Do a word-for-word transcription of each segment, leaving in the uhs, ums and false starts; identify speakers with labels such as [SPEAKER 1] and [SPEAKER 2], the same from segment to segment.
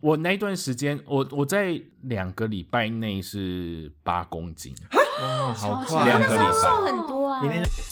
[SPEAKER 1] 我那一段时间，我我在两个礼拜内是八公斤，
[SPEAKER 2] 哇，好快，
[SPEAKER 1] 两个礼拜
[SPEAKER 3] 瘦很多啊。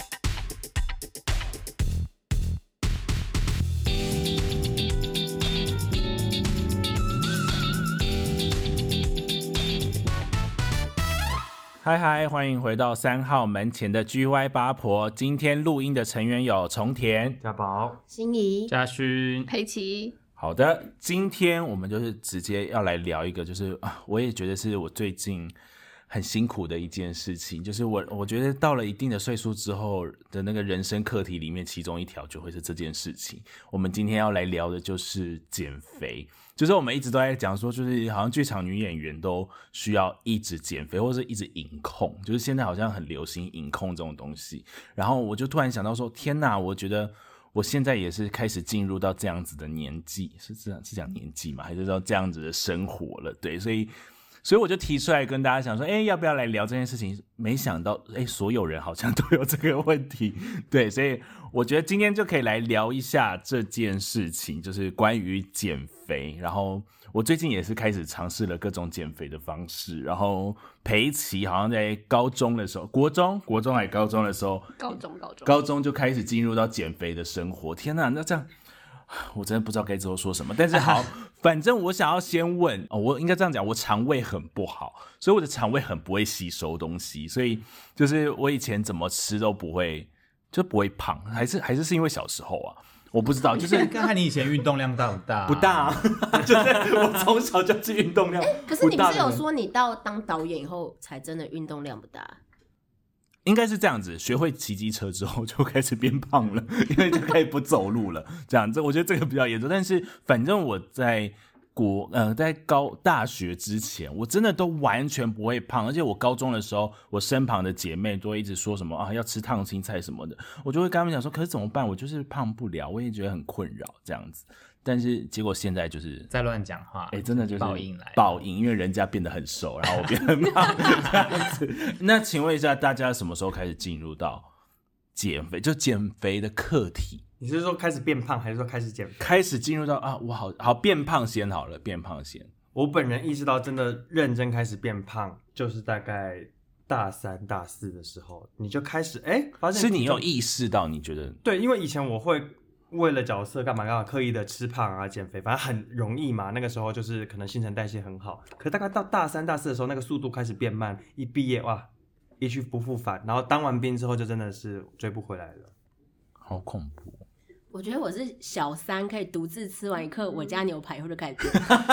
[SPEAKER 1] 嗨嗨，欢迎回到三号门前的 G Y 八婆。今天录音的成员有重田、
[SPEAKER 2] 家宝、
[SPEAKER 3] 心仪、
[SPEAKER 2] 嘉勋、
[SPEAKER 4] 佩奇。
[SPEAKER 1] 好的，今天我们就是直接要来聊一个，就是啊，我也觉得是我最近很辛苦的一件事情，就是我我觉得到了一定的岁数之后的那个人生课题里面，其中一条就会是这件事情。我们今天要来聊的就是减肥，就是我们一直都在讲说，就是好像剧场女演员都需要一直减肥，或者是一直饮控，就是现在好像很流行饮控这种东西。然后我就突然想到说，天哪，我觉得我现在也是开始进入到这样子的年纪，是这样是讲年纪吗？还是到这样子的生活了？对，所以。所以我就提出来跟大家讲说，哎，要不要来聊这件事情？没想到，哎，所有人好像都有这个问题，对，所以我觉得今天就可以来聊一下这件事情，就是关于减肥。然后我最近也是开始尝试了各种减肥的方式。然后裴奇好像在高中的时候，国中、国中还高中的时候，
[SPEAKER 4] 高中、高中、
[SPEAKER 1] 高中就开始进入到减肥的生活。天哪，那这样。我真的不知道该之后说什么，但是好，反正我想要先问、哦、我应该这样讲，我肠胃很不好，所以我的肠胃很不会吸收东西，所以就是我以前怎么吃都不会，就不会胖，还是还是是因为小时候啊，我不知道，就是
[SPEAKER 2] 看你以前运动量大不大？
[SPEAKER 1] 不大、啊，就是我从小就是运动量不大的人。
[SPEAKER 3] 可是你不是有说你到当导演以后才真的运动量不大？
[SPEAKER 1] 应该是这样子，学会骑机车之后就开始变胖了，因为就开始不走路了。这样子，我觉得这个比较严重。但是反正我在国呃在高大学之前，我真的都完全不会胖，而且我高中的时候，我身旁的姐妹都会一直说什么啊要吃烫青菜什么的，我就会跟他们讲说，可是怎么办？我就是胖不了，我也觉得很困扰这样子。但是结果现在就是
[SPEAKER 2] 在乱讲话，
[SPEAKER 1] 哎、欸，真的就是
[SPEAKER 2] 报应来
[SPEAKER 1] 报应，因为人家变得很瘦，然后我变得很胖这样子。那请问一下，大家什么时候开始进入到减肥？就减肥的课题？
[SPEAKER 5] 你是说开始变胖，还是说开始减肥？
[SPEAKER 1] 开始进入到啊，我好好变胖先好了，变胖先。
[SPEAKER 5] 我本人意识到真的认真开始变胖，就是大概大三、大四的时候，你就开始哎、欸，发现
[SPEAKER 1] 是你有意识到，你觉得
[SPEAKER 5] 对，因为以前我会。为了角色干嘛干嘛，刻意的吃胖啊、减肥，反正很容易嘛。那个时候就是可能新陈代谢很好，可大概到大三、大四的时候，那个速度开始变慢。一毕业哇，一去不复返。然后当完兵之后，就真的是追不回来了，
[SPEAKER 1] 好恐怖。
[SPEAKER 3] 我觉得我是小三，可以独自吃完一颗我家牛排以后就开始变。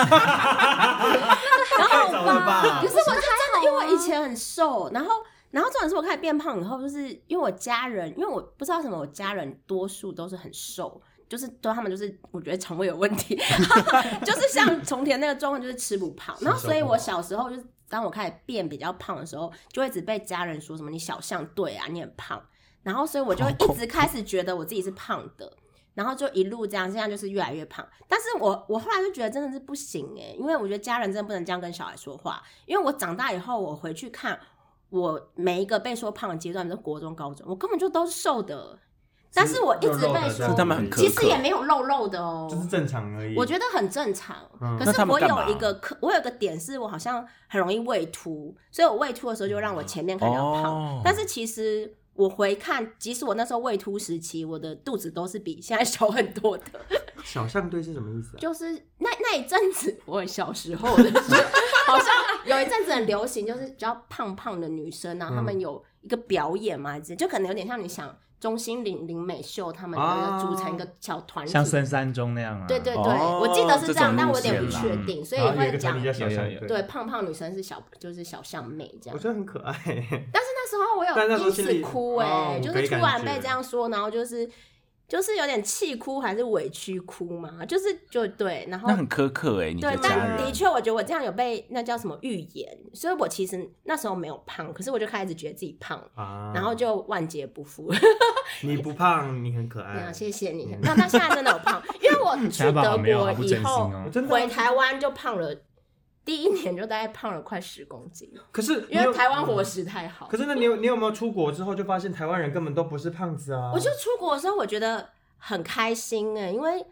[SPEAKER 3] 然后吧，可是我是真的，因为我以前很瘦，然后。然后重点是我开始变胖以后，就是因为我家人，因为我不知道什么，我家人多数都是很瘦，就是都他们就是我觉得肠胃有问题，就是像从前那个状况就是吃不胖。然后所以我小时候就是当我开始变比较胖的时候，就会一直被家人说什么你小象对啊，你很胖。然后所以我就会一直开始觉得我自己是胖的，然后就一路这样，现在就是越来越胖。但是我我后来就觉得真的是不行哎、欸，因为我觉得家人真的不能这样跟小孩说话。因为我长大以后，我回去看。我每一个被说胖的阶段，比如国中、高中，我根本就都是瘦的，但是我一直被说，
[SPEAKER 1] 他们很苛刻，
[SPEAKER 3] 其实也没有肉肉的哦，
[SPEAKER 5] 就是正常而已。
[SPEAKER 3] 我觉得很正常，
[SPEAKER 5] 嗯、
[SPEAKER 3] 可是我有一个，我有一个点是我好像很容易胃凸，所以我胃凸的时候就让我前面看起来要胖，哦、但是其实我回看，即使我那时候胃凸时期，我的肚子都是比现在小很多的。
[SPEAKER 5] 小象队是什么意思啊？
[SPEAKER 3] 就是那那一阵子，我小时候的时候，好像有一阵子很流行，就是比较胖胖的女生啊，她、嗯、们有一个表演嘛，就可能有点像你想钟欣凌、林美秀他们的组成一个小团体，
[SPEAKER 2] 像深山中那样啊。
[SPEAKER 3] 对对对，哦、我记得是这样，这但我有点不确定，所以会讲对胖胖女生是小就是小象妹这样。
[SPEAKER 5] 我觉得很可爱、欸，
[SPEAKER 3] 但是那时候我有因此哭哎、欸，哦、就是突然被这样说，然后就是。就是有点气哭还是委屈哭嘛，就是就对，然后
[SPEAKER 1] 那很苛刻哎、欸，你的家人。
[SPEAKER 3] 对，但的确我觉得我这样有被那叫什么预言，所以我其实那时候没有胖，可是我就开始觉得自己胖，啊、然后就万劫不复。
[SPEAKER 5] 你不胖，你很可爱。
[SPEAKER 3] 啊、谢谢你。那那现在真的有胖，因为我去德国以后、哦、回台湾就胖了。第一年就大概胖了快十公斤，
[SPEAKER 5] 可是
[SPEAKER 3] 因为台湾伙食太好。
[SPEAKER 5] 可是那你有你有没有出国之后就发现台湾人根本都不是胖子啊？
[SPEAKER 3] 我就出国的时候我觉得很开心哎、欸，因为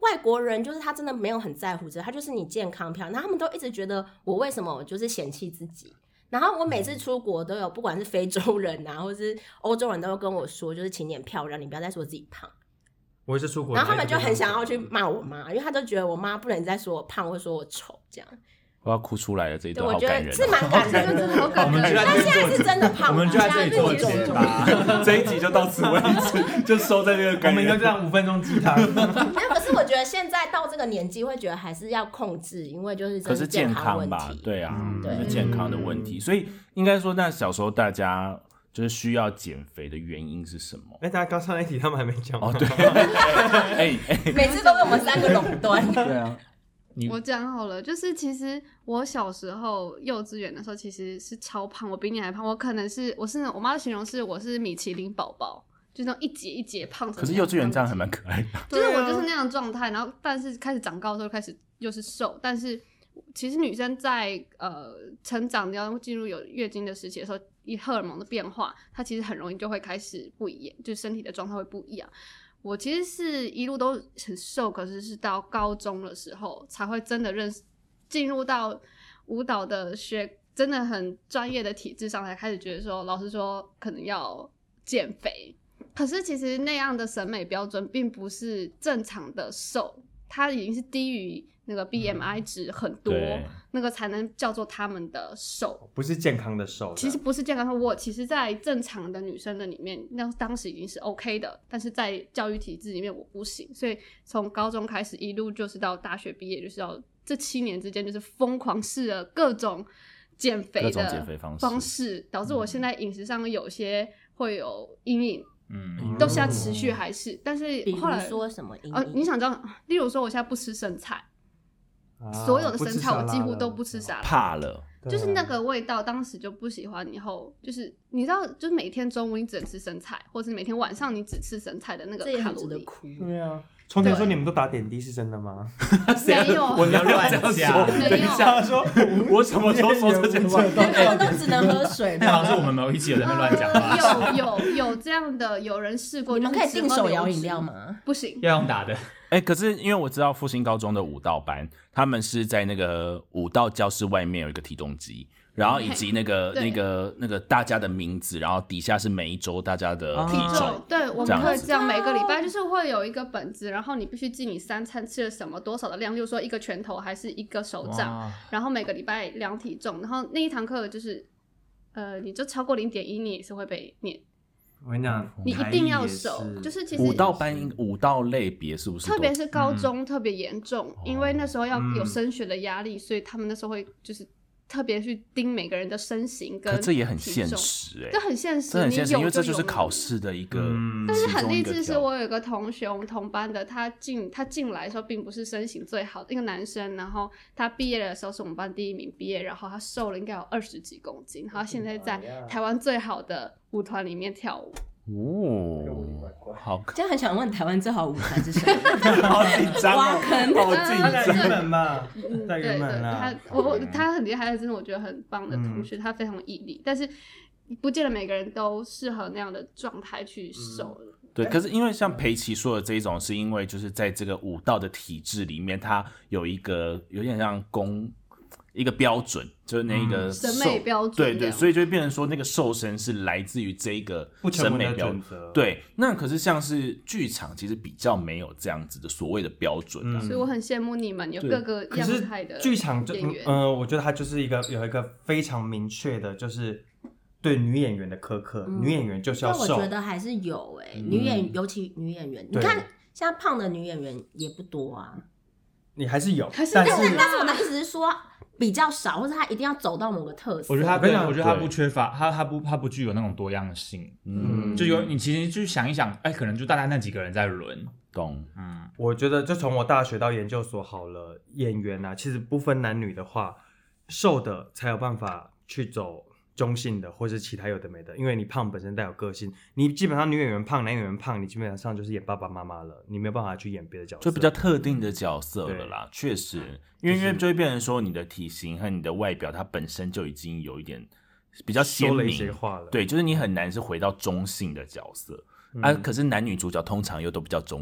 [SPEAKER 3] 外国人就是他真的没有很在乎这，他就是你健康漂亮，然后他们都一直觉得我为什么就是嫌弃自己。然后我每次出国都有，不管是非洲人啊，或是欧洲人都跟我说，就是请你很漂亮，你不要再说自己胖。
[SPEAKER 5] 我也是出国，
[SPEAKER 3] 然后他们就很想要去骂我妈，因为他都觉得我妈不能再说我胖或说我丑这样。
[SPEAKER 1] 我要哭出来了，这一段
[SPEAKER 3] 我
[SPEAKER 1] 好感人、哦，
[SPEAKER 3] 觉得是蛮感人的，好感人。但现在是真的胖，
[SPEAKER 2] 我们就在这里做结吧。
[SPEAKER 1] 这一集就到此为止，就收在这个。
[SPEAKER 5] 我们就这样五分钟鸡汤。
[SPEAKER 3] 没有，可是我觉得现在到这个年纪，会觉得还是要控制，因为就是
[SPEAKER 1] 可是健
[SPEAKER 3] 康
[SPEAKER 1] 吧，对啊，
[SPEAKER 2] 嗯、
[SPEAKER 1] 对，是健康的问题。所以应该说，那小时候大家就是需要减肥的原因是什么？
[SPEAKER 5] 哎、欸，大家刚上那题他们还没讲
[SPEAKER 1] 哦，对，哎哎，
[SPEAKER 3] 每次都被我们三个垄断。
[SPEAKER 1] 对啊。
[SPEAKER 4] 我讲好了，就是其实我小时候幼稚园的时候其实是超胖，我比你还胖，我可能是我是我妈的形容是我是米其林宝宝，就那种一节一节胖成。
[SPEAKER 1] 可是幼稚园这样还蛮可爱的。
[SPEAKER 4] 就是我就是那样的状态，然后但是开始长高的时候开始又是瘦，但是其实女生在呃成长要进入有月经的时期的时候，以荷尔蒙的变化，它其实很容易就会开始不一样，就身体的状态会不一样。我其实是一路都很瘦，可是是到高中的时候才会真的认识，进入到舞蹈的学真的很专业的体制上，才开始觉得说，老师说可能要减肥。可是其实那样的审美标准并不是正常的瘦，它已经是低于那个 B M I 值很多，
[SPEAKER 1] 嗯、
[SPEAKER 4] 那个才能叫做他们的瘦，
[SPEAKER 5] 不是健康的瘦。
[SPEAKER 4] 其实不是健康的，我其实在正常的女生的里面，那当时已经是 OK 的，但是在教育体制里面我不行，所以从高中开始一路就是到大学毕业，就是到这七年之间，就是疯狂试了各种减肥的方式，导致我现在饮食上有些会有阴影。嗯，都现在持续还是，但是后来
[SPEAKER 3] 比如说什么阴影？
[SPEAKER 4] 呃，你想知道，例如说我现在不吃生菜。啊、所有的生菜我几乎都不吃沙拉，
[SPEAKER 1] 怕了，
[SPEAKER 4] 就是那个味道，当时就不喜欢。以后就是你知道，就是每天中午你只能吃生菜，或者是每天晚上你只吃生菜的那个卡路里。
[SPEAKER 5] 对啊，从前说你们都打点滴是真的吗？
[SPEAKER 4] 没有，
[SPEAKER 1] 我要乱讲。
[SPEAKER 4] 没有，
[SPEAKER 5] 他说
[SPEAKER 1] 我什么时候说这件话？
[SPEAKER 3] 他们都只能喝水。
[SPEAKER 2] 那好像是我们某一期有在那乱讲话。
[SPEAKER 4] 有有有这样的，有人试过。
[SPEAKER 3] 你们可以订手摇饮料吗？
[SPEAKER 4] 不行，
[SPEAKER 2] 要用打的。
[SPEAKER 1] 哎、欸，可是因为我知道复兴高中的舞蹈班，他们是在那个舞蹈教室外面有一个体重机，然后以及那个那个那个大家的名字，然后底下是每一周大家的体重。
[SPEAKER 4] 哦、对，我们会这样，每个礼拜就是会有一个本子，然后你必须记你三餐吃了什么多少的量，例如说一个拳头还是一个手掌，然后每个礼拜量体重，然后那一堂课就是呃，你就超过零点一，你也是会被念。
[SPEAKER 5] 我跟你讲，
[SPEAKER 4] 你一定要守，就是其实
[SPEAKER 1] 舞蹈班舞蹈类别是不是？
[SPEAKER 4] 特别是高中、嗯、特别严重，因为那时候要有升学的压力、嗯，所以他们那时候会就是特别去盯每个人的身形跟体重。
[SPEAKER 1] 可这也很现实哎、欸，
[SPEAKER 4] 这很现实，
[SPEAKER 1] 这很现实，因为这
[SPEAKER 4] 就
[SPEAKER 1] 是考试的一个、嗯。
[SPEAKER 4] 但是很励志，是我有一个同学，我们同班的，他进他进来的时候并不是身形最好的一个男生，然后他毕业的时候是我们班第一名毕业，然后他瘦了应该有二十几公斤，然后现在在台湾最好的舞团里面跳舞。
[SPEAKER 1] 哦，好，
[SPEAKER 3] 这样很想问台湾最好舞团是什么？
[SPEAKER 1] 好紧张哦，好紧张。
[SPEAKER 5] 在原本嘛，在
[SPEAKER 4] 原
[SPEAKER 5] 本啦。
[SPEAKER 4] 他我他很厉害，真的我觉得很棒的同学，嗯、他非常毅力，但是不见得每个人都适合那样的状态去瘦。嗯
[SPEAKER 1] 对，可是因为像裴奇说的这一种，是因为就是在这个舞蹈的体制里面，它有一个有点像公一个标准，就是那个
[SPEAKER 4] 审、嗯、美标准，
[SPEAKER 1] 对对，所以就会变成说那个瘦身是来自于这个审美标准。对，那可是像是剧场，其实比较没有这样子的所谓的标准、啊
[SPEAKER 4] 嗯，所以我很羡慕你们有各个样态的
[SPEAKER 5] 剧场就嗯、呃，我觉得它就是一个有一个非常明确的，就是对女演员的苛刻、嗯，女演员就是要瘦。
[SPEAKER 3] 但我觉得还是有哎、欸嗯，女演尤其女演员，你看现在胖的女演员也不多啊。
[SPEAKER 5] 你还是有，
[SPEAKER 4] 还是
[SPEAKER 5] 但是
[SPEAKER 3] 但是我的意思是说比较少，或者他一定要走到某个特色。
[SPEAKER 2] 我觉得他对，我觉得他不缺乏，他他不他不具有那种多样性。嗯，就有你其实去想一想，哎，可能就大概那几个人在轮。
[SPEAKER 1] 懂。
[SPEAKER 2] 嗯，
[SPEAKER 5] 我觉得就从我大学到研究所好了，演员啊，其实不分男女的话，瘦的才有办法去走中性的，或是其他有的没的，因为你胖本身带有个性，你基本上女演员胖、男演员胖，你基本上就是演爸爸妈妈了，你没有办法去演别的角色，
[SPEAKER 1] 就比较特定的角色了啦。确实，因为因为就会变成说，你的体型和你的外表，它本身就已经有一点比较鲜明
[SPEAKER 5] 化了。
[SPEAKER 1] 对，就是你很难是回到中性的角色、嗯、啊。可是男女主角通常又都比较中性。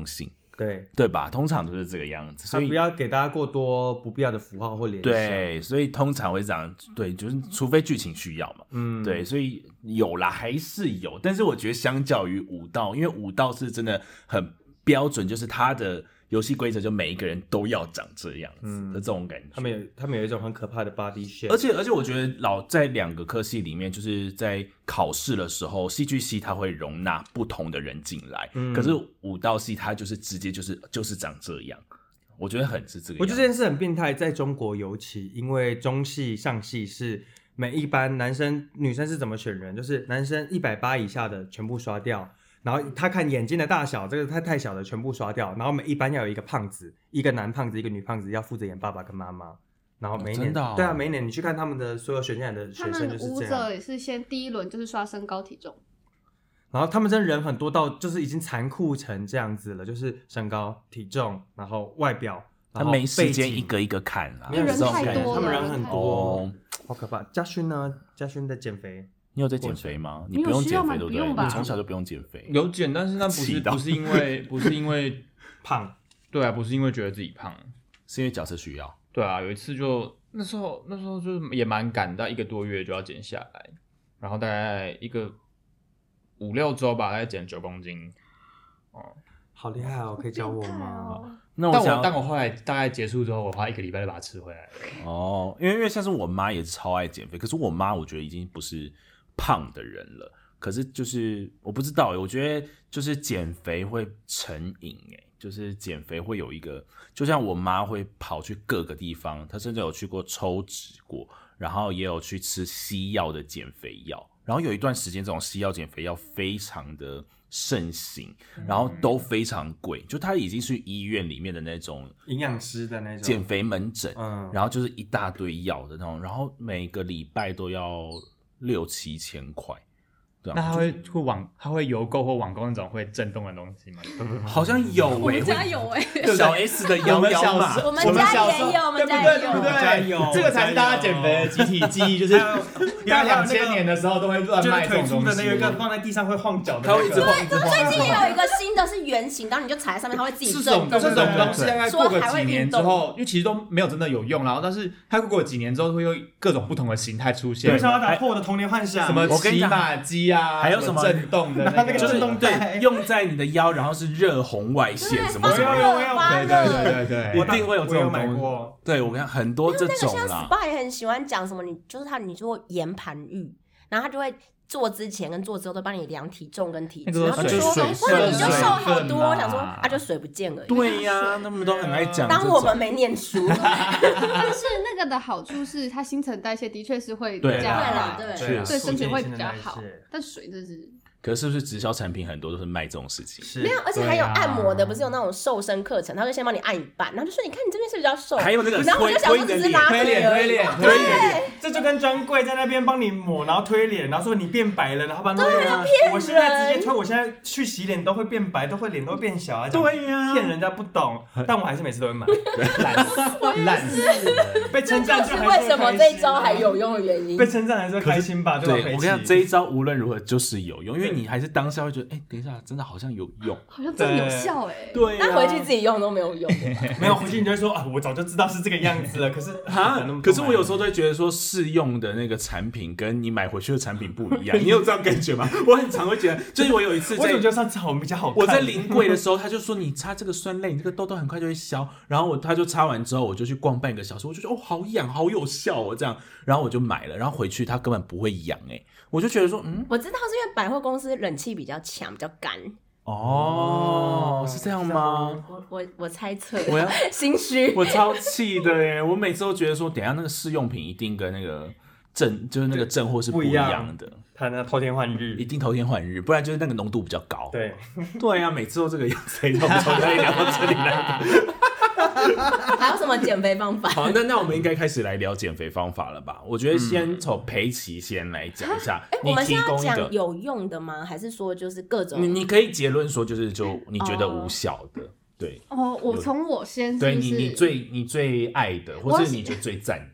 [SPEAKER 5] 对
[SPEAKER 1] 对吧？通常都是这个样子，所以
[SPEAKER 5] 不要给大家过多不必要的符号或联想。
[SPEAKER 1] 对，所以通常会这样，对，就是除非剧情需要嘛，
[SPEAKER 5] 嗯，
[SPEAKER 1] 对，所以有啦，还是有，但是我觉得相较于武道，因为武道是真的很标准，就是它的游戏规则就每一个人都要长这样子的这种感觉。
[SPEAKER 5] 他们有他们有一种很可怕的 body shape，
[SPEAKER 1] 而且而且我觉得老在两个科系里面，就是在考试的时候，戏剧系它会容纳不同的人进来，
[SPEAKER 5] 嗯
[SPEAKER 1] 可是武道系它就是直接就是就是长这样。我觉得很是这个样子。
[SPEAKER 5] 我觉得这件事很变态，在中国尤其，因为中戏、上戏是每一班男生、女生是怎么选人，就是男生一百八以下的全部刷掉，然后他看眼睛的大小，这个太太小的全部刷掉，然后每一班要有一个胖子，一个男胖子，一个女胖子，要负责演爸爸跟妈妈。然后每一年，
[SPEAKER 1] 哦真的哦
[SPEAKER 5] 对啊，每一年你去看他们的所有选进来的学
[SPEAKER 4] 他
[SPEAKER 5] 生
[SPEAKER 4] 们舞者
[SPEAKER 5] 就是这样。
[SPEAKER 4] 也是先第一轮就是刷身高体重，
[SPEAKER 5] 然后他们真的人很多到就是已经残酷成这样子了，就是身高、体重，然后外表，
[SPEAKER 1] 他没时间
[SPEAKER 5] 背景
[SPEAKER 1] 一个一个看啦，
[SPEAKER 5] 没有
[SPEAKER 4] 人
[SPEAKER 1] 这种感觉
[SPEAKER 4] 太多了，
[SPEAKER 5] 他们人很多
[SPEAKER 1] 哦。
[SPEAKER 5] 好可怕。嘉勋呢？嘉勋在减肥，
[SPEAKER 1] 你有在减肥吗？
[SPEAKER 4] 你
[SPEAKER 1] 你不用
[SPEAKER 4] 有需要吗
[SPEAKER 1] 减肥对不对？
[SPEAKER 4] 不用吧
[SPEAKER 1] 你从小就不用减肥。
[SPEAKER 2] 有减，但是那不
[SPEAKER 1] 气到
[SPEAKER 2] 是不是因为不是因为
[SPEAKER 5] 胖，
[SPEAKER 2] 对啊，不是因为觉得自己胖，
[SPEAKER 1] 是因为角色需要。
[SPEAKER 2] 对啊，有一次就那时候那时候就是也蛮赶，到一个多月就要减下来，然后大概一个五六周吧，大概减九公斤。哦，
[SPEAKER 5] 好厉害哦！可以教我吗？
[SPEAKER 2] 但
[SPEAKER 1] 那我想
[SPEAKER 2] 我但我后来大概结束之后，我花一个礼拜就把它吃回来了。
[SPEAKER 1] 哦，因为因为像是我妈也是超爱减肥，可是我妈我觉得已经不是胖的人了，可是就是我不知道，我觉得就是减肥会成瘾哎，就是减肥会有一个，就像我妈会跑去各个地方，她甚至有去过抽脂过，然后也有去吃西药的减肥药，然后有一段时间这种西药减肥药非常的盛行，然后都非常贵，就它已经是医院里面的那种
[SPEAKER 5] 营养师的那种
[SPEAKER 1] 减肥门诊，
[SPEAKER 5] 嗯
[SPEAKER 1] 然后就是一大堆药的那种，然后每个礼拜都要六七千块，对啊，
[SPEAKER 2] 那它会会网，它会邮购或网购那种会震动的东西吗？
[SPEAKER 1] 好像有诶、
[SPEAKER 4] 我们家有哎、
[SPEAKER 1] 会小 S 的摇摇马，
[SPEAKER 3] 我们家也有，我们家也有，
[SPEAKER 2] 对不对？
[SPEAKER 5] 加油
[SPEAKER 2] 这个才是大家减肥的集体记忆，就是大概两千年的时候都会乱
[SPEAKER 5] 就是
[SPEAKER 2] 卖这
[SPEAKER 5] 腿粗的
[SPEAKER 2] 种东西。
[SPEAKER 5] 那个放在地上会晃脚的那个，
[SPEAKER 1] 它会一直晃，一直晃。
[SPEAKER 3] 最近也有一个新的是圆形，然后你就踩在上面，它会自己
[SPEAKER 2] 这
[SPEAKER 3] 震动。
[SPEAKER 2] 种这种东西大概过个
[SPEAKER 3] 说还会
[SPEAKER 2] 几年
[SPEAKER 3] 运动
[SPEAKER 2] 之后，因为其实都没有真的有用，然后但是它过个几年之后会有各种不同的形态出现
[SPEAKER 5] 为，什么要打破我的童年幻想？
[SPEAKER 2] 什么
[SPEAKER 1] 我跟你讲
[SPEAKER 2] 骑马机啊，
[SPEAKER 1] 还有什么
[SPEAKER 2] 震动的
[SPEAKER 5] 然后那个
[SPEAKER 2] 个，
[SPEAKER 1] 就是
[SPEAKER 5] 震动带
[SPEAKER 1] 对，用在你的腰，然后是热红外线什么什么的，
[SPEAKER 5] 我有我有
[SPEAKER 3] 发
[SPEAKER 2] 对对
[SPEAKER 3] 热
[SPEAKER 2] 对对对，
[SPEAKER 1] 一定会有这
[SPEAKER 5] 我有买
[SPEAKER 1] 种东西。
[SPEAKER 5] 过。
[SPEAKER 1] 对，我看很多这
[SPEAKER 3] 那个像
[SPEAKER 1] 种啦。
[SPEAKER 3] S P A 也很喜欢讲什么，你就是他，你做岩盘浴，然后他就会做之前跟做之后都帮你量体重跟体脂，
[SPEAKER 2] 那个
[SPEAKER 3] 然后就
[SPEAKER 1] 就是
[SPEAKER 3] 说
[SPEAKER 1] 水分
[SPEAKER 3] 哇你就瘦好多，
[SPEAKER 2] 水分嘛
[SPEAKER 3] 我想说啊就水不见而已。
[SPEAKER 1] 对呀、他们都很爱讲这种。
[SPEAKER 3] 当我们没念书，
[SPEAKER 4] 但是那个的好处是它新陈代谢的确是会比
[SPEAKER 1] 对
[SPEAKER 4] 较
[SPEAKER 1] 啦
[SPEAKER 4] 快，
[SPEAKER 3] 对
[SPEAKER 1] 确实
[SPEAKER 4] 对身体会比较
[SPEAKER 5] 促进新陈代谢
[SPEAKER 4] 好。但水真是
[SPEAKER 1] 可是是不是直销产品很多都是卖这种事情？
[SPEAKER 5] 是
[SPEAKER 3] 没有，而且还有
[SPEAKER 2] 对啊
[SPEAKER 3] 按摩的，不是有那种瘦身课程，他会先帮你按一半，然后就说你看你这边是比较瘦，
[SPEAKER 1] 还有那个
[SPEAKER 3] 然后我就想说只是拉
[SPEAKER 2] 推脸推脸推
[SPEAKER 3] 对
[SPEAKER 2] 脸，
[SPEAKER 5] 这就跟专柜在那边帮你抹，然后推脸，然后说你变白了，然后把那
[SPEAKER 3] 对啊
[SPEAKER 5] 个
[SPEAKER 3] 骗人
[SPEAKER 5] 我现在直接推，我现在去洗脸都会变白，都会脸都会变小啊。这样
[SPEAKER 1] 对呀
[SPEAKER 5] 骗人家不懂，但我还是每次都会买，
[SPEAKER 2] 烂死烂死了。
[SPEAKER 5] 被称赞就
[SPEAKER 3] 是
[SPEAKER 5] 还是
[SPEAKER 3] 为什么这一招还有用的原因
[SPEAKER 5] 被。称赞还是会开心吧？
[SPEAKER 1] 对，
[SPEAKER 5] 吧？
[SPEAKER 1] 我跟你讲，这一招无论如何就是有用，因为你还是当下会觉得，哎、等一下，真的好像有用。
[SPEAKER 4] 好像真的有效哎、
[SPEAKER 1] 对、啊，
[SPEAKER 3] 但回去自己用都没有用。
[SPEAKER 5] 没有回去你就会说啊，我早就知道是这个样子了，可是
[SPEAKER 1] 啊，可是我有时候都会觉得说，试用的那个产品跟你买回去的产品不一样，你有这样感觉吗？我很常会觉得，就是我有一次在
[SPEAKER 5] 我总觉得上次好比较好看。
[SPEAKER 1] 我在临柜的时候，他就说你擦这个酸类，你这个痘痘很快就会消。然后我他就擦完之后，我就去逛半个小时，我就觉得哦好痒，好有效哦这样。然后我就买了，然后回去它根本不会痒哎、欸，我就觉得说嗯
[SPEAKER 3] 我知道是因为百货公司冷气比较强，比较干。
[SPEAKER 1] 哦是这样吗？
[SPEAKER 3] 我我我猜测，
[SPEAKER 1] 我要
[SPEAKER 3] 心虚。
[SPEAKER 1] 我超气的耶！我每次都觉得说，等一下那个试用品一定跟那个正就是那个正货是不一样的，
[SPEAKER 5] 他那偷天换日，
[SPEAKER 1] 一定头天换日，不然就是那个浓度比较高。
[SPEAKER 5] 对
[SPEAKER 1] 对呀、啊，每次都这个样子。我们从哪里聊到这里来？
[SPEAKER 3] 还有什么减肥方法？
[SPEAKER 1] 好，那那我们应该开始来聊减肥方法了吧？我觉得先从裴奇先来讲一下，
[SPEAKER 3] 哎，我
[SPEAKER 1] 你提
[SPEAKER 3] 们现在要
[SPEAKER 1] 供一个，
[SPEAKER 3] 讲有用的吗？还是说就是各种
[SPEAKER 1] 你？你可以结论说就是就你觉得无效的，对
[SPEAKER 4] 哦，我从我先是
[SPEAKER 1] 对，
[SPEAKER 4] 不是
[SPEAKER 1] 你你最你最爱的，或
[SPEAKER 4] 我
[SPEAKER 1] 是你觉得最赞的，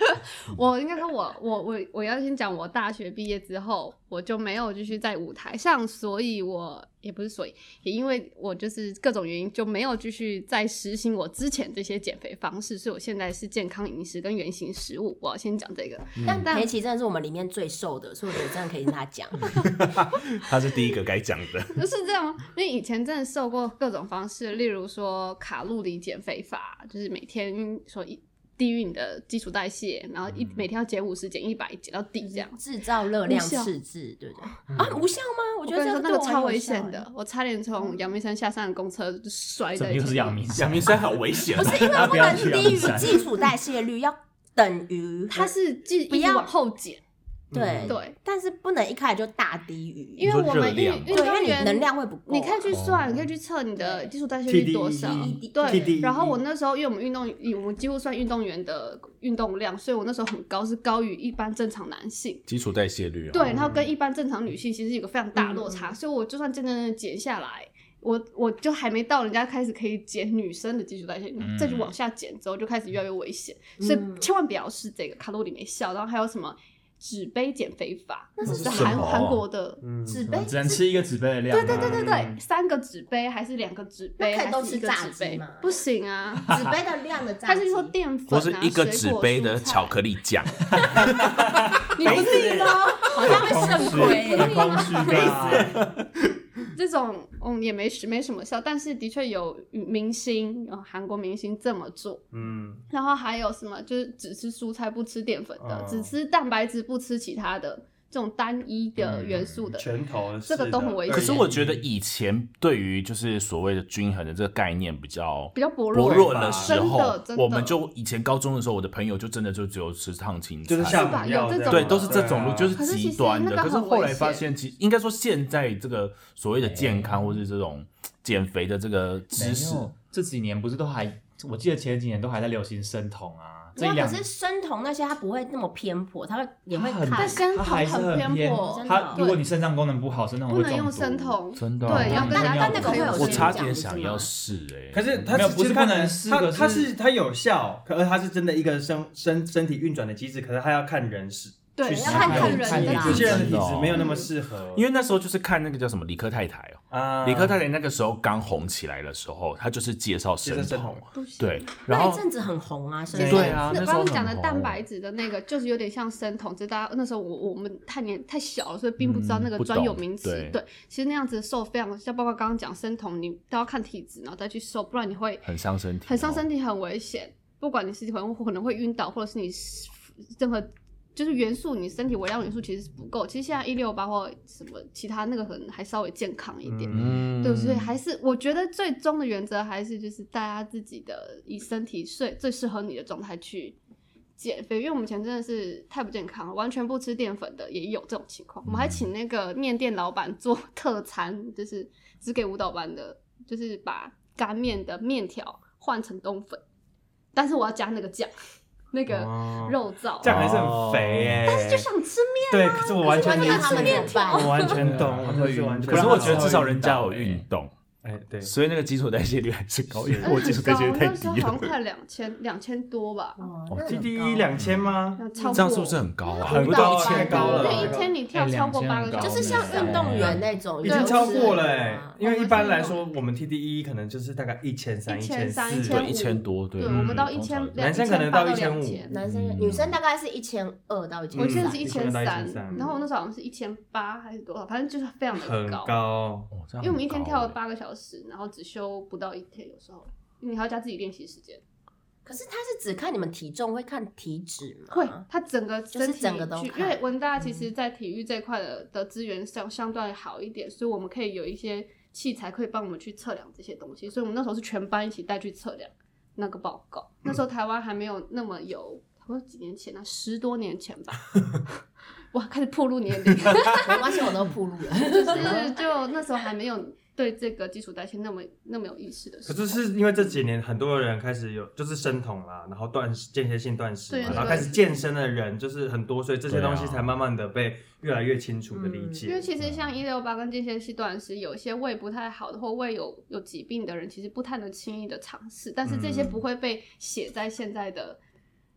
[SPEAKER 4] 我应该说我，我我我要先讲，我大学毕业之后，我就没有继续在舞台上，所以我也不是所以，也因为我就是各种原因，就没有继续再实行我之前这些减肥方式，所以我现在是健康饮食跟原型食物。我要先讲这个，
[SPEAKER 3] 但裴奇真的是我们里面最瘦的，所以我觉得这样可以跟他讲。
[SPEAKER 1] 他是第一个该讲的，
[SPEAKER 4] 就是这样吗？因为以前真的受过各种方式，例如说卡路里减肥法，就是每天说一。低于你的基础代谢，然后一、嗯、每天要减五十、减一百，减到底这样，
[SPEAKER 3] 制造热量赤字，对不对？嗯、啊，无效吗？我觉得这
[SPEAKER 4] 那个超危险的，我差点从阳明山下山的公车就摔在。
[SPEAKER 2] 又是阳明山，
[SPEAKER 1] 阳明山好危险。
[SPEAKER 3] 不是因为不能低于基础代谢率，要等于
[SPEAKER 4] 它是一直往后减。
[SPEAKER 3] 对
[SPEAKER 4] 对，
[SPEAKER 3] 但是不能一开始就大低于，
[SPEAKER 4] 因为我们运运动员
[SPEAKER 3] 能量会不够、啊，
[SPEAKER 4] 你可以去算，哦、你可以去测你的基础代谢率多少。对，然后我那时候因为我们运动，我们几乎算运动员的运动量，所以我那时候很高，是高于一般正常男性
[SPEAKER 1] 基础代谢率、啊。
[SPEAKER 4] 对，然后跟一般正常女性其实有个非常大的落差，嗯、所以我就算真正的减下来。我我就还没到人家开始可以减女生的基础代谢率，嗯、再去往下减之后就开始越来越危险，嗯、所以千万不要试这个卡路里没效。然后还有什么？纸杯减肥法，那是韩韩国的纸杯，
[SPEAKER 2] 只能吃一个纸杯的量。
[SPEAKER 4] 对对对对对，嗯、三个纸杯还是两个纸杯，
[SPEAKER 3] 还是一个纸杯
[SPEAKER 4] 吗？不行啊，
[SPEAKER 3] 纸杯的量的炸鸡，
[SPEAKER 4] 它是说淀粉、啊，
[SPEAKER 1] 或是一个纸杯的巧克力酱。
[SPEAKER 3] 你不是咯？好像会肾亏，
[SPEAKER 2] 很空虚的。
[SPEAKER 4] 这种嗯也没没什么效，但是的确有明星，有韩国明星这么做，嗯，然后还有什么就是只吃蔬菜不吃淀粉的，哦、只吃蛋白质不吃其他的这种单一的元素的，
[SPEAKER 5] 嗯、拳头
[SPEAKER 4] 这个都很危险。
[SPEAKER 1] 可是我觉得以前对于就是所谓的均衡的这个概念比较
[SPEAKER 4] 比较薄弱
[SPEAKER 1] 薄弱的时候，
[SPEAKER 4] 真的真的
[SPEAKER 1] 我们就以前高中的时候，我的朋友就真的就只有吃烫青菜，
[SPEAKER 5] 就是像吧
[SPEAKER 4] 有这种
[SPEAKER 1] 对，都是这种路，就是极端的。
[SPEAKER 4] 可
[SPEAKER 1] 是, 可是后来发现，其实应该说现在这个所谓的健康或是这种减肥的这个知识，
[SPEAKER 2] 这几年不是都还，我记得前几年都还在流行生酮啊。
[SPEAKER 3] 那可是生酮那些它不会那么偏颇，它会也会看，
[SPEAKER 4] 但生酮很偏颇。
[SPEAKER 2] 它如果你肾脏功能不好，生酮会中毒。
[SPEAKER 4] 不能用生酮，
[SPEAKER 1] 真的、
[SPEAKER 4] 啊。对，要跟
[SPEAKER 3] 但但那个会有
[SPEAKER 1] 我差点想要试哎、欸，
[SPEAKER 5] 可是它
[SPEAKER 2] 没有不是不能试，
[SPEAKER 5] 它它是它有效，可是它是真的一个身身身体运转的机制，可是它要看人是。
[SPEAKER 4] 对，要看看人的
[SPEAKER 5] 有些人的体质没有那么适合，
[SPEAKER 1] 因为那时候就是看那个叫什么理科太太哦，啊，理科太太那个时候刚红起来的时候，他就是介绍生酮，对，然后
[SPEAKER 3] 那一阵子很红啊，生
[SPEAKER 1] 酮，对啊，
[SPEAKER 4] 那刚刚讲的蛋白质的那个就是有点像生酮，只是大家那时候我我们太年太小了，所以并不知道那个专有名词，嗯、对，其实那样子的瘦非常像，包括刚刚讲生酮，你都要看体质，然后再去瘦，不然你会
[SPEAKER 1] 很伤身体，
[SPEAKER 4] 很伤身体，很危险，不管你是可能可能会晕倒，或者是你任何。就是元素，你身体微量元素其实是不够。其实现在一六八或什么其他那个可能还稍微健康一点，嗯、对，所以还是我觉得最终的原则还是就是大家自己的以身体最最适合你的状态去减肥。因为我们以前真的是太不健康了，完全不吃淀粉的也有这种情况。嗯、我们还请那个面店老板做特餐，就是只给舞蹈班的，就是把干面的面条换成冬粉，但是我要加那个酱。那个肉燥，
[SPEAKER 5] 这样还是很肥耶、欸，
[SPEAKER 4] 但是就想吃面、啊。
[SPEAKER 5] 对，可是我完全理解，
[SPEAKER 3] 他们面条，
[SPEAKER 5] 我完全懂，我完全完全。
[SPEAKER 1] 可是我觉得至少人家有运动，
[SPEAKER 5] 哎，对，
[SPEAKER 1] 所以那个基础代谢率还是高，因为我基础代谢率太低了。
[SPEAKER 4] 好像快两千两千多吧。
[SPEAKER 5] 哦 ，T D E 两千吗？
[SPEAKER 1] 这样是不是很高啊？
[SPEAKER 5] 很高，太高了。
[SPEAKER 4] 因为一天你跳超过八个小时，
[SPEAKER 3] 就是像运动员那种，
[SPEAKER 5] 已经超过了哎。因为一般来说，我们 T D E 可能就是大概一千三、一千四，
[SPEAKER 1] 对，一千多，对。
[SPEAKER 4] 对，我们到一千，
[SPEAKER 5] 男生可能到一千五，
[SPEAKER 3] 男生女生大概是一千二到一千。
[SPEAKER 4] 我现在是一千三，然后我那时候好像是一千八还是多少，反正就是非常的
[SPEAKER 5] 高。很高，
[SPEAKER 4] 因为我们一天跳了八个小时，然后只休不到一天，有时候因为你还要加自己练习时间。
[SPEAKER 3] 可是他是只看你们体重，会看体脂吗？
[SPEAKER 4] 会，他整个身体、
[SPEAKER 3] 就是整个都看。
[SPEAKER 4] 因为文大其实在体育这一块的、嗯、的资源上相对好一点，所以我们可以有一些器材可以帮我们去测量这些东西。所以我们那时候是全班一起带去测量那个报告。嗯、那时候台湾还没有那么有，差不多几年前啊，十多年前吧。哇，开始暴露年龄，
[SPEAKER 3] 没关系，我都暴露了。
[SPEAKER 4] 就是就那时候还没有。对这个基础代谢那么那么有意识的时候，
[SPEAKER 5] 可是是因为这几年很多人开始有就是生酮啦，然后断间歇性断食嘛，然后开始健身的人就是很多，所以这些东西才慢慢的被越来越清楚的理解。
[SPEAKER 4] 嗯、因为其实像一六八跟间歇性断食，有一些胃不太好的或胃有有疾病的人，其实不太能轻易的尝试，但是这些不会被写在现在的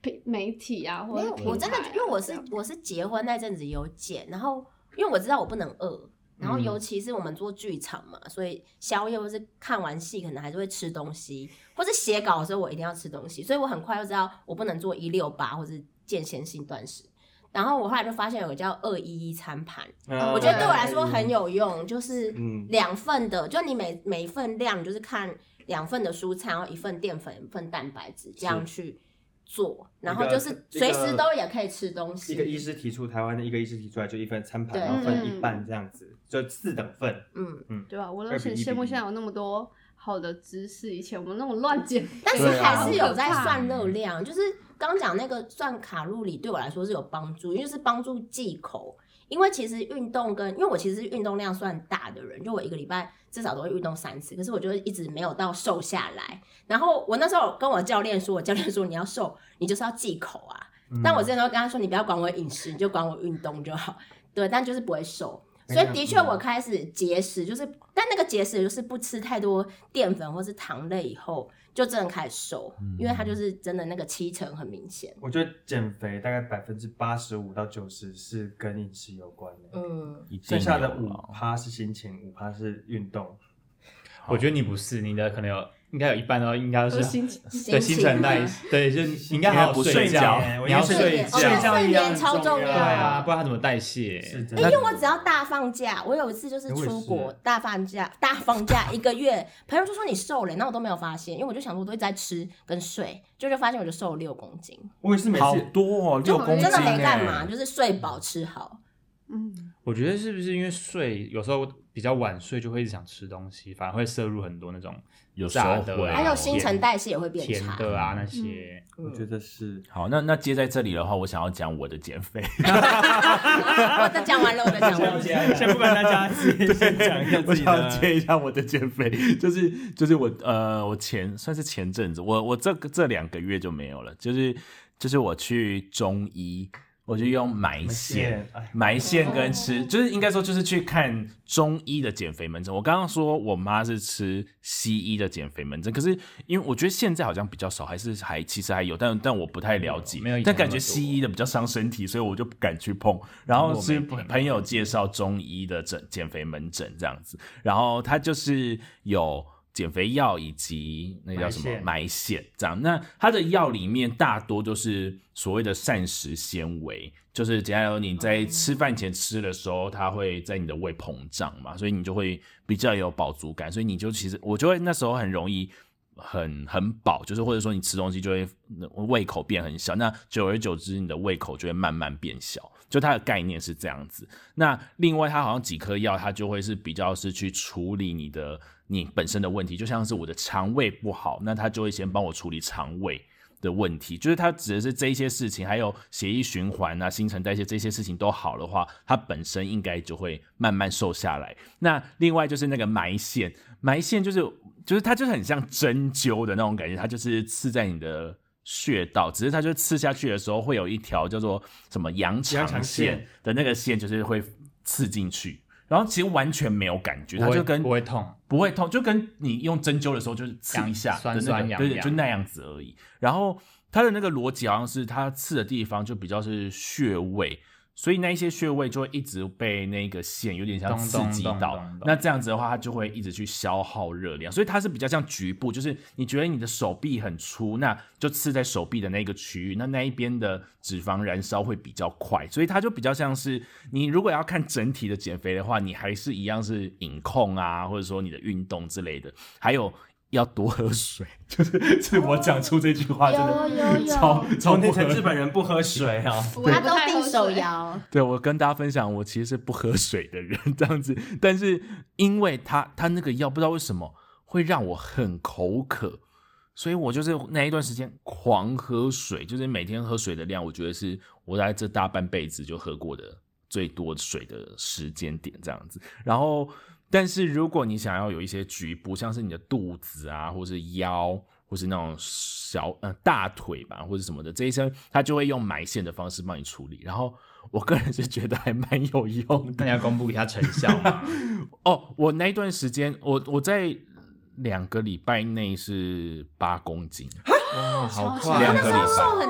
[SPEAKER 4] 媒体啊，或者
[SPEAKER 3] 没有，我真的
[SPEAKER 4] 品牌啊
[SPEAKER 3] 因为我是
[SPEAKER 4] 这样
[SPEAKER 3] 我是结婚那阵子有减，然后因为我知道我不能饿。然后尤其是我们做剧场嘛，所以宵夜或是看完戏可能还是会吃东西，或是写稿的时候我一定要吃东西，所以我很快就知道我不能做一六八或是间歇性断食。然后我后来就发现有个叫二一一餐盘，
[SPEAKER 5] 嗯
[SPEAKER 3] 我觉得对我来说很有用，就是
[SPEAKER 5] 嗯
[SPEAKER 3] 两份的，就你每每一份量就是看两份的蔬菜，然后一份淀粉，一份蛋白质，这样去做，然后就是随时都也可以吃东西。
[SPEAKER 5] 一个医师提出，台湾的一个医师提出来就一份餐盘，
[SPEAKER 3] 对
[SPEAKER 5] 然后分一半这样子，就四等份。
[SPEAKER 3] 嗯
[SPEAKER 5] 嗯，
[SPEAKER 4] 对吧、我都
[SPEAKER 5] 二比一
[SPEAKER 4] 很羡慕
[SPEAKER 5] 比一
[SPEAKER 4] 现在有那么多好的知识，以前我们那种乱减肥，
[SPEAKER 3] 但是
[SPEAKER 1] 对啊
[SPEAKER 3] 还是有在算热量，就是刚讲那个算卡路里对我来说是有帮助，因为是帮助忌口。因为其实运动跟，因为我其实是运动量算大的人，就我一个礼拜至少都会运动三次，可是我就一直没有到瘦下来。然后我那时候跟我教练说，我教练说你要瘦，你就是要忌口啊。
[SPEAKER 5] 嗯
[SPEAKER 3] 但我之前都跟他说，你不要管我饮食，你就管我运动就好。对，但就是不会瘦。所以的确，我开始节食，就是但那个节食就是不吃太多淀粉或是糖类以后，就真的开始瘦，
[SPEAKER 1] 嗯
[SPEAKER 3] 因为它就是真的那个七成很明显。
[SPEAKER 5] 我觉得减肥大概百分之八十五到九十是跟饮食有关的，
[SPEAKER 3] 嗯，
[SPEAKER 1] 一定
[SPEAKER 5] 剩下的五
[SPEAKER 1] 有啦
[SPEAKER 5] 趴是心情，五趴是运动。
[SPEAKER 2] 我觉得你不是，你的可能有应该有一半都应该都是
[SPEAKER 4] 都是心情
[SPEAKER 2] 对新陈代
[SPEAKER 3] 吗
[SPEAKER 2] 谢，对，就你应该好好
[SPEAKER 1] 不
[SPEAKER 2] 睡觉，
[SPEAKER 5] 我
[SPEAKER 2] 你要
[SPEAKER 5] 睡
[SPEAKER 2] 睡
[SPEAKER 3] 哦
[SPEAKER 5] 睡
[SPEAKER 2] 觉，
[SPEAKER 3] 睡眠
[SPEAKER 5] 觉一样很
[SPEAKER 3] 超重要
[SPEAKER 5] 重
[SPEAKER 2] 对啊，不然它怎么代谢？
[SPEAKER 3] 欸、
[SPEAKER 5] 是真的。
[SPEAKER 3] 因为我只要大放假，我有一次就是出国大放假，大放假一个月，朋友就说你瘦了，那我都没有发现，因为我就想说我都一直在吃跟睡，就就发现我就瘦了六公斤，
[SPEAKER 5] 我也是每
[SPEAKER 1] 好
[SPEAKER 5] 次
[SPEAKER 1] 多哦，
[SPEAKER 3] 就
[SPEAKER 1] 六公斤
[SPEAKER 3] 真的没干
[SPEAKER 1] 欸
[SPEAKER 3] 嘛，就是睡饱吃好。
[SPEAKER 4] 嗯，
[SPEAKER 2] 我觉得是不是因为睡有时候比较晚睡，就会一直想吃东西，反而会摄入很多那种
[SPEAKER 1] 有时候会
[SPEAKER 2] 炸的啊，
[SPEAKER 3] 还有新陈代谢也会变
[SPEAKER 2] 甜
[SPEAKER 3] 差。
[SPEAKER 2] 的啊那些。
[SPEAKER 5] 我觉得是
[SPEAKER 1] 好，那那接在这里的话，我想要讲我的减肥。
[SPEAKER 3] 我的讲完了，我的讲完了。
[SPEAKER 5] 先不管大家自己先讲一下
[SPEAKER 1] 我
[SPEAKER 5] 自己的。
[SPEAKER 1] 想要接一下我的减肥，就是就是我呃，我前算是前阵子，我我这个这两个月就没有了，就是就是我去中医，我就用埋线
[SPEAKER 5] 哎，
[SPEAKER 1] 埋线跟吃，就是应该说就是去看中医的减肥门诊。我刚刚说我妈是吃西医的减肥门诊，可是因为我觉得现在好像比较少，还是还其实还有，但但我不太了解，
[SPEAKER 2] 没有以前
[SPEAKER 1] 但感觉
[SPEAKER 2] 那么多
[SPEAKER 1] 西医的比较伤身体，所以我就不敢去碰。然后是
[SPEAKER 2] 我没听
[SPEAKER 1] 朋友介绍中医的诊减肥门诊这样子，然后他就是有减肥药以及那叫什么埋线这样。那它的药里面大多都是所谓的膳食纤维，就是简单来说，你在吃饭前吃的时候，它会在你的胃膨胀嘛，所以你就会比较有饱足感，所以你就其实我就会那时候很容易。很很饱，就是或者说你吃东西就会胃口变很小，那久而久之你的胃口就会慢慢变小，就它的概念是这样子。那另外它好像几颗药，它就会是比较是去处理你的你本身的问题，就像是我的肠胃不好，那它就会先帮我处理肠胃的问题，就是它指的是这一些事情，还有血液循环啊、新陈代谢这些事情都好的话，它本身应该就会慢慢瘦下来。那另外就是那个埋线，埋线就是就是它就是很像针灸的那种感觉，它就是刺在你的穴道，只是它就刺下去的时候会有一条叫做什么羊肠线的那个线，就是会刺进去。然后其实完全没有感觉，它就跟
[SPEAKER 2] 不会痛，
[SPEAKER 1] 不会痛，就跟你用针灸的时候就是刺一下的那个，
[SPEAKER 2] 酸酸痒
[SPEAKER 1] 对对，
[SPEAKER 2] 痒
[SPEAKER 1] 就那样子而已。然后它的那个逻辑好像是它刺的地方就比较是穴位，所以那一些穴位就会一直被那个线有点像刺激到，
[SPEAKER 2] 咚咚咚咚咚
[SPEAKER 1] 那这样子的话，它就会一直去消耗热量，所以它是比较像局部，就是你觉得你的手臂很粗，那就刺在手臂的那个区域，那那一边的脂肪燃烧会比较快，所以它就比较像是你如果要看整体的减肥的话，你还是一样是饮控啊，或者说你的运动之类的，还有。要多喝水，就是是我讲出这句话，真的
[SPEAKER 3] 有有有
[SPEAKER 1] 超超
[SPEAKER 5] 从天
[SPEAKER 1] 不合
[SPEAKER 5] 成日本人不喝水啊，
[SPEAKER 3] 他都定手摇，
[SPEAKER 1] 对，我跟大家分享，我其实是不喝水的人，这样子。但是因为他他那个药不知道为什么会让我很口渴，所以我就是那一段时间狂喝水，就是每天喝水的量，我觉得是我在这大半辈子就喝过的最多水的时间点这样子。然后，但是如果你想要有一些局部，像是你的肚子啊，或是腰。或是那种小呃大腿吧，或者什么的，这一些他就会用埋线的方式帮你处理。然后我个人是觉得还蛮有用的。
[SPEAKER 2] 那你要公布一下成效吗？
[SPEAKER 1] 哦，我那一段时间，我我在两个礼拜内是八公斤，
[SPEAKER 2] 哇，好
[SPEAKER 3] 我
[SPEAKER 2] 快！
[SPEAKER 1] 两个礼拜
[SPEAKER 3] 那时候瘦很多啊。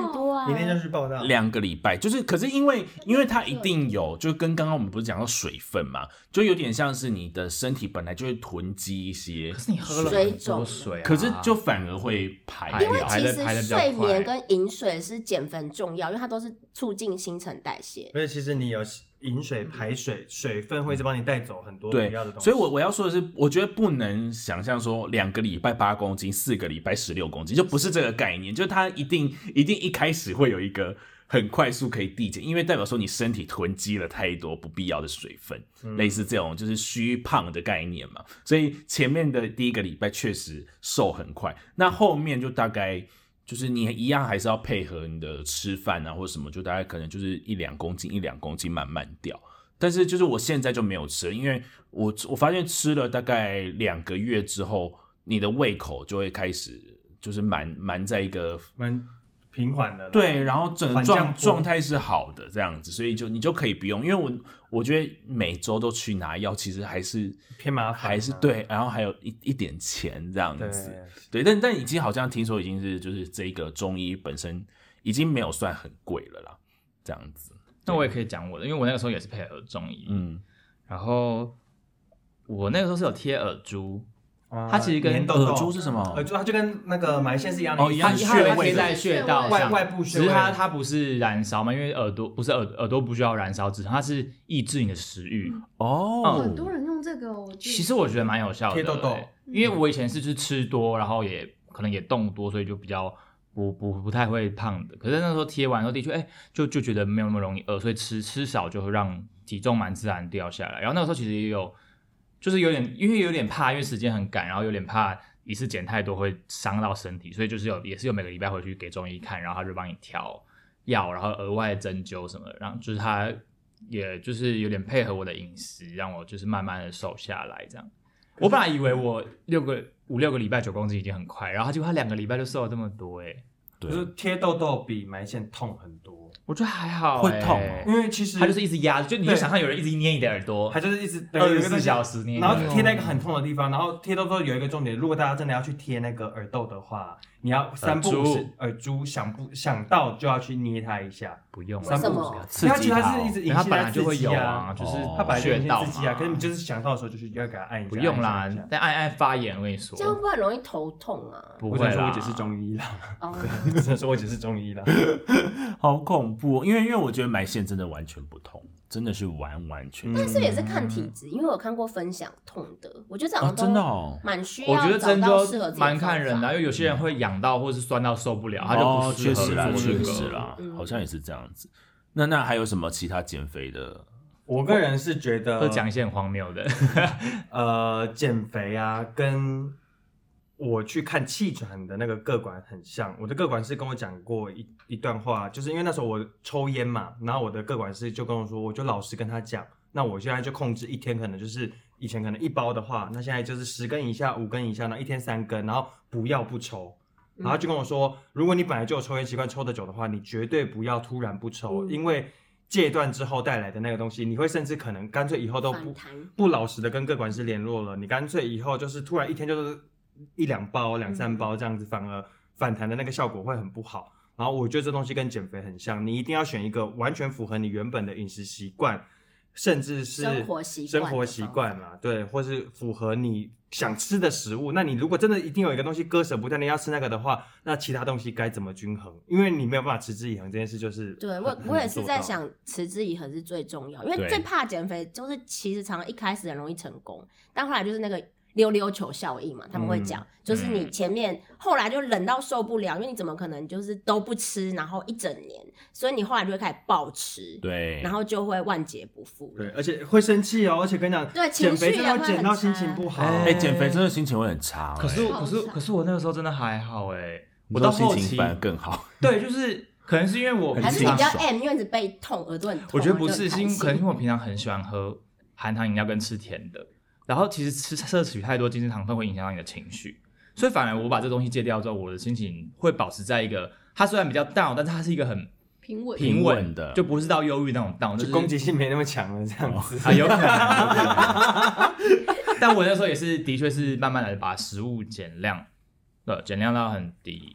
[SPEAKER 5] 明天就去报道。
[SPEAKER 1] 两个礼拜，就是可是因为因为它一定有，就跟刚刚我们不是讲到水分嘛，就有点像是你的身体本来就会囤积一些，
[SPEAKER 2] 可是你喝了
[SPEAKER 3] 水
[SPEAKER 2] 很多水啊，
[SPEAKER 1] 可是就反而会排
[SPEAKER 2] 排
[SPEAKER 3] 因为
[SPEAKER 1] 掉。
[SPEAKER 3] 其
[SPEAKER 2] 排得排得比较
[SPEAKER 3] 实睡眠
[SPEAKER 2] 快
[SPEAKER 3] 跟饮水是减肥很重要，因为它都是促进新陈代谢。
[SPEAKER 5] 而且其实你有饮水排水，水分会一直帮你带走很多不
[SPEAKER 1] 对
[SPEAKER 5] 要的东，西。
[SPEAKER 1] 所以我我要说的是，我觉得不能想象说两个礼拜八公斤，四个礼拜十六公斤，就不是这个概念，就是它一定一定一开始会有一个很快速可以递减，因为代表说你身体囤积了太多不必要的水分，
[SPEAKER 5] 嗯
[SPEAKER 1] 类似这种就是虚胖的概念嘛。所以前面的第一个礼拜确实瘦很快，那后面就大概就是你一样还是要配合你的吃饭啊或者什么，就大概可能就是一两公斤一两公斤慢慢掉。但是就是我现在就没有吃了，因为我我发现吃了大概两个月之后，你的胃口就会开始就是蛮蛮在一个
[SPEAKER 5] 蛮平缓的。
[SPEAKER 1] 对，然后整个
[SPEAKER 5] 缓降
[SPEAKER 1] 状
[SPEAKER 5] 波
[SPEAKER 1] 状态是好的这样子，所以就你就可以不用，因为我我觉得每周都去拿药，其实还是
[SPEAKER 5] 偏麻烦啊
[SPEAKER 1] 还是对，然后还有一一点钱这样
[SPEAKER 5] 对
[SPEAKER 1] 子，对，但但已经好像听说已经是就是这个中医本身已经没有算很贵了啦，这样子。
[SPEAKER 2] 那我也可以讲我的，因为我那个时候也是配合中医，
[SPEAKER 1] 嗯，
[SPEAKER 2] 然后我那个时候是有贴耳珠，
[SPEAKER 5] 啊
[SPEAKER 2] 它其实跟
[SPEAKER 5] 黏豆豆
[SPEAKER 1] 耳珠是什么
[SPEAKER 5] 耳珠它就跟那个埋线是一样的意思，
[SPEAKER 1] 哦一样
[SPEAKER 2] 它
[SPEAKER 1] 穴位的
[SPEAKER 2] 它会贴在穴道
[SPEAKER 5] 外
[SPEAKER 2] 上，
[SPEAKER 5] 外部穴位
[SPEAKER 2] 只是它它不是燃烧嘛，因为耳朵不是耳耳朵不需要燃烧止痛，它是抑制你的食欲。
[SPEAKER 1] 哦，
[SPEAKER 4] 很多人用这个，我记得
[SPEAKER 2] 其实我觉得蛮有效的、
[SPEAKER 5] 贴痘痘
[SPEAKER 2] 欸因为我以前是就是吃多，然后也可能也动多，所以就比较不不不太会胖的。可是那时候贴完之后，的确哎、欸、就就觉得没有那么容易饿，所以吃吃少就会让体重蛮自然掉下来。然后那个时候其实也有就是有点因为有点怕，因为时间很赶，然后有点怕一次减太多会伤到身体，所以就是有也是有每个礼拜回去给中医看，然后他就帮你调药，然后额外针灸什么的，然后就是他也就是有点配合我的饮食，让我就是慢慢的瘦下来这样。我本来以为我六个五六个礼拜九公斤已经很快，然后结果他两个礼拜就瘦了这么多哎、欸，
[SPEAKER 1] 对
[SPEAKER 5] 就是贴痘痘比埋线痛很多，
[SPEAKER 2] 我觉得还好、欸，
[SPEAKER 1] 会痛哦
[SPEAKER 5] 因为其实
[SPEAKER 2] 他就是一直压着，就你就
[SPEAKER 5] 对
[SPEAKER 2] 想象有人一直捏你的耳朵，
[SPEAKER 5] 它就是一直
[SPEAKER 2] 二十四
[SPEAKER 5] 有一个东西
[SPEAKER 2] 小时捏你的
[SPEAKER 5] 然
[SPEAKER 2] 耳朵，
[SPEAKER 5] 后贴在一个很痛的地方，然后贴痘痘有一个重点，如果大家真的要去贴那个耳豆的话，你要三不五时耳珠想不想到就要去捏它一下，
[SPEAKER 2] 不用了
[SPEAKER 5] 三不五
[SPEAKER 3] 为什么
[SPEAKER 5] 时，因为它其实它
[SPEAKER 1] 刺激它哦
[SPEAKER 5] 是一直
[SPEAKER 2] 因为它
[SPEAKER 5] 引起
[SPEAKER 2] 本来就会有
[SPEAKER 5] 啊
[SPEAKER 2] 啊，，就是
[SPEAKER 1] 哦
[SPEAKER 5] 它本来就有
[SPEAKER 2] 穴道
[SPEAKER 5] 刺激啊，
[SPEAKER 2] 嘛
[SPEAKER 5] 可是你就是想到的时候就是要给它按一下，
[SPEAKER 2] 不用啦
[SPEAKER 5] 按一下按一下，
[SPEAKER 2] 但按按发炎我跟你说
[SPEAKER 3] 这，样会不会很容易头痛啊？
[SPEAKER 2] 不会啦
[SPEAKER 5] 我只能说我姐是中医啦，
[SPEAKER 3] 哦，
[SPEAKER 5] 只能说我姐是中医啦。
[SPEAKER 1] 好恐怖、哦，因为因为我觉得埋线真的完全不痛，真的是完完全全。
[SPEAKER 3] 但是也是看体质，因为我有看过分享痛的，我觉得这好
[SPEAKER 1] 哦，
[SPEAKER 3] 像都
[SPEAKER 1] 真的哦，
[SPEAKER 3] 蛮需
[SPEAKER 2] 我觉得
[SPEAKER 3] 要找
[SPEAKER 2] 针
[SPEAKER 3] 到适合自己
[SPEAKER 2] 灸蛮看人的啊，
[SPEAKER 3] 的
[SPEAKER 2] 因为有些人会痒到或是酸到受不了，他就
[SPEAKER 1] 哦，
[SPEAKER 2] 不适合
[SPEAKER 1] 确实啦，
[SPEAKER 2] 做这个。
[SPEAKER 1] 确实啦，
[SPEAKER 3] 嗯
[SPEAKER 1] 好像也是这样子。那那还有什么其他减肥的？
[SPEAKER 5] 我个人是觉得，
[SPEAKER 2] 会讲一些很荒谬的，
[SPEAKER 5] 呃，减肥啊，跟我去看气喘的那个个管很像。我的个管师跟我讲过一一段话，就是因为那时候我抽烟嘛，然后我的个管师就跟我说，我就老实跟他讲，那我现在就控制一天可能就是以前可能一包的话，那现在就是十根以下、五根以下，那一天三根，然后不要不抽。然后就跟我说，如果你本来就有抽烟习惯，抽得久的话，你绝对不要突然不抽，
[SPEAKER 3] 嗯
[SPEAKER 5] 因为戒断之后带来的那个东西，你会甚至可能干脆以后都不
[SPEAKER 3] 反弹。
[SPEAKER 5] 不老实的跟个管师联络了，你干脆以后就是突然一天就是一两包、两三包这样子，反而反弹的那个效果会很不好。然后我觉得这东西跟减肥很像，你一定要选一个完全符合你原本的饮食习惯，甚至是
[SPEAKER 3] 生活习惯
[SPEAKER 5] 生活习惯啦，对，或是符合你想吃的食物。那你如果真的一定有一个东西割舍不掉，你要吃那个的话，那其他东西该怎么均衡？因为你没有办法持之以恒，这件事就是
[SPEAKER 3] 对我
[SPEAKER 5] 很，很
[SPEAKER 3] 我也是
[SPEAKER 5] 难做到
[SPEAKER 3] 在想，持之以恒是最重要，因为
[SPEAKER 1] 对
[SPEAKER 3] 最怕减肥就是其实常常一开始很容易成功，但后来就是那个溜溜球效应嘛，他们会讲，
[SPEAKER 5] 嗯
[SPEAKER 3] 就是你前面后来就冷到受不了，因为你怎么可能就是都不吃，然后一整年，所以你后来就会开始暴吃，
[SPEAKER 1] 对，
[SPEAKER 3] 然后就会万劫不复。
[SPEAKER 5] 对，而且会生气哦，而且跟你讲，
[SPEAKER 3] 对
[SPEAKER 5] 减肥真的
[SPEAKER 3] 情绪也会
[SPEAKER 5] 会减到心
[SPEAKER 3] 很差
[SPEAKER 5] 情不好。
[SPEAKER 1] 哎、减肥真的心情会很差、欸。
[SPEAKER 2] 可是
[SPEAKER 4] 好
[SPEAKER 2] 可是
[SPEAKER 4] 惨
[SPEAKER 2] 可是我那个时候真的还好哎、
[SPEAKER 1] 你
[SPEAKER 2] 我
[SPEAKER 1] 说心情
[SPEAKER 2] 到后期
[SPEAKER 1] 反而更好。
[SPEAKER 2] 对，就是可能是因为我
[SPEAKER 3] 还是你比较
[SPEAKER 1] 很清爽
[SPEAKER 3] M，因为你背痛，耳朵很痛。
[SPEAKER 2] 我觉得不是，
[SPEAKER 3] 然后就很开心
[SPEAKER 2] 是因为可能因为我平常很喜欢喝含糖饮料跟吃甜的，然后其实吃摄取太多精制糖分会影响到你的情绪，所以反而我把这东西戒掉之后，我的心情会保持在一个，它虽然比较 down，但是它是一个很
[SPEAKER 4] 平稳。
[SPEAKER 2] 平
[SPEAKER 1] 平稳的
[SPEAKER 2] 就不是到忧郁那种 down，
[SPEAKER 5] 就是攻击性没那么强了，这样子。
[SPEAKER 2] 啊，有可能。有可能但我那时候也是，的确是慢慢的把食物减量，呃，减量到很低，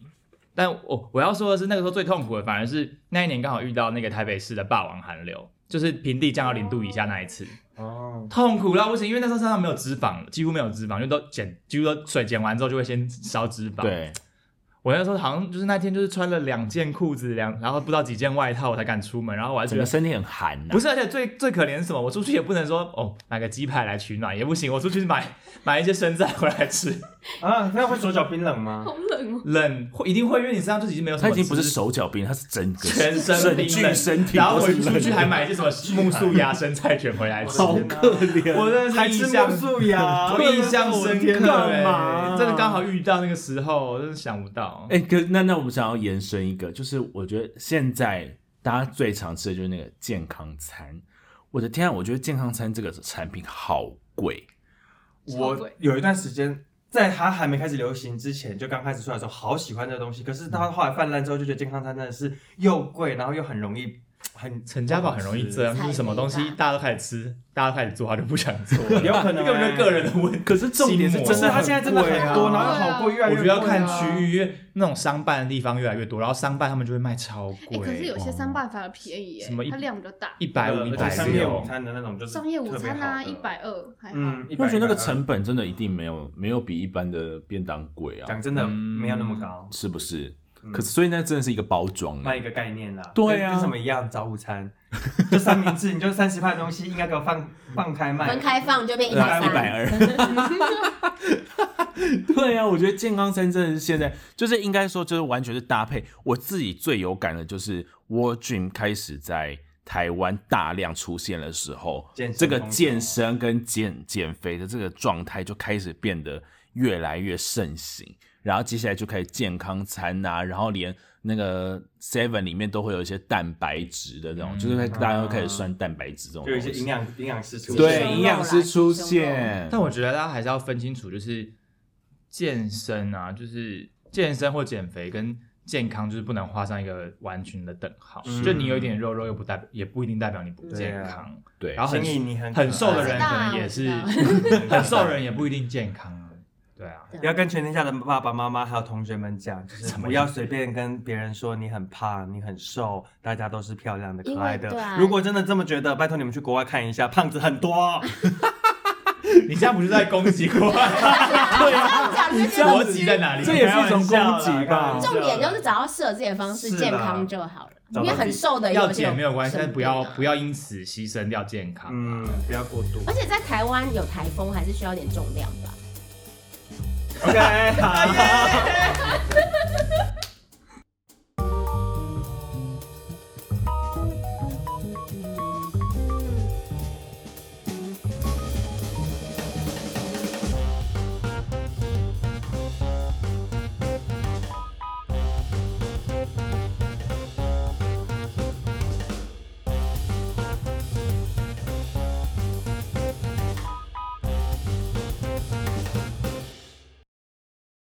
[SPEAKER 2] 但我我要说的是，那个时候最痛苦的反而是那一年刚好遇到那个台北市的霸王寒流，就是平地降到零度以下那一次。哦，痛苦到不行，因为那时候身上没有脂肪，几乎没有脂肪，因为都减，几乎都水减完之后就会先烧脂肪。
[SPEAKER 1] 对，
[SPEAKER 2] 我那时候好像就是那天就是穿了两件裤子，两然后不知道几件外套我才敢出门，然后我还觉得
[SPEAKER 1] 整个身体很寒、啊。
[SPEAKER 2] 不是，而且最最可怜是什么？我出去也不能说哦买个鸡排来取暖也不行，我出去买买一些生菜回来吃
[SPEAKER 5] 啊，那会手脚冰冷吗？
[SPEAKER 4] 好冷哦，
[SPEAKER 2] 冷会一定会，因为你身上就已经没有什么，
[SPEAKER 1] 它已经不是手脚冰，它是整个
[SPEAKER 2] 全身冰
[SPEAKER 1] 整具身体，
[SPEAKER 2] 然后回出去还买一些什么木素芽生菜卷回来吃，
[SPEAKER 1] 好可怜。
[SPEAKER 2] 我真的是印象
[SPEAKER 5] 木素芽，
[SPEAKER 2] 我印象深刻
[SPEAKER 5] 干嘛？
[SPEAKER 2] 真的刚好遇到那个时候，我真的想不到。
[SPEAKER 1] 哎、欸，可那那我们想要延伸一个，就是我觉得现在大家最常吃的就是那个健康餐。我的天啊，我觉得健康餐这个产品好贵。
[SPEAKER 5] 我有一段时间，在它还没开始流行之前，就刚开始出来的时候，好喜欢这个东西。可是它后来泛滥之后，就觉得健康餐真的是又贵，然后又很容易。很
[SPEAKER 2] 陈家宝很容易这样，就是什么东西大家都开始吃，大家开始做，他就不想做，
[SPEAKER 5] 有可能
[SPEAKER 2] 根本就个人的问题。
[SPEAKER 1] 可是重点是真的，
[SPEAKER 5] 它现在真的很多，然后好贵，越来越贵。
[SPEAKER 2] 我觉得要看区域，因为那种商办的地方越来越多，然后商办他们就会卖超贵。
[SPEAKER 4] 可是有些商办反而便宜耶，
[SPEAKER 2] 什么
[SPEAKER 4] 它量比较大，
[SPEAKER 2] 一百五、一百六。
[SPEAKER 5] 商业午餐的那种就是
[SPEAKER 4] 商业午餐啊，一百二还好。
[SPEAKER 5] 嗯，
[SPEAKER 1] 我觉得那个成本真的一定没有没有比一般的便当贵啊。
[SPEAKER 5] 讲真的，没有那么高，
[SPEAKER 1] 是不是？可是所以那真的是一个包装，
[SPEAKER 5] 卖一个概念啦。
[SPEAKER 1] 对啊，
[SPEAKER 5] 跟什么一样？早午餐就三明治，你就三十块的东西，应该给我放放开卖，
[SPEAKER 3] 分开放就变一百
[SPEAKER 1] 一百二。对啊，我觉得健康餐真的是现在就是应该说就是完全是搭配。我自己最有感的就是 World Gym 开始在台湾大量出现的时候，这个健身跟减减肥的这个状态就开始变得越来越盛行。然后接下来就开始健康餐啊，然后连那个 Seven 里面都会有一些蛋白质的那种，嗯、就是大家会开始算蛋白质这种东西，
[SPEAKER 5] 就有一些营养营养师出现，
[SPEAKER 1] 对，营养师出现。
[SPEAKER 2] 但我觉得大家还是要分清楚，就是健身啊，就是健身或减肥跟健康就是不能画上一个完全的等号。嗯、就你有一点肉肉，又不代表，也不一定代表你不健康。
[SPEAKER 1] 对，
[SPEAKER 2] 然后很
[SPEAKER 5] 你很
[SPEAKER 2] 很瘦的人可能也是，很瘦的人也不一定健康。对啊，
[SPEAKER 5] 要跟全天下的爸爸妈妈还有同学们讲，就是不要随便跟别人说你很胖、你很瘦，大家都是漂亮的、可爱的。啊、如果真的这么觉得，拜托你们去国外看一下，胖子很多。
[SPEAKER 2] 你现在不是在攻击国外？
[SPEAKER 3] 对啊，
[SPEAKER 2] 你逻辑在哪里？
[SPEAKER 1] 这也是一种攻击吧。
[SPEAKER 3] 重点就是找到适合自己的方式，健康就好了。因为很瘦的
[SPEAKER 2] 要减没有关系，但不要不要因此牺牲掉健康。
[SPEAKER 5] 嗯，不要过度。
[SPEAKER 3] 而且在台湾有台风，还是需要点重量吧。
[SPEAKER 5] OK， 好。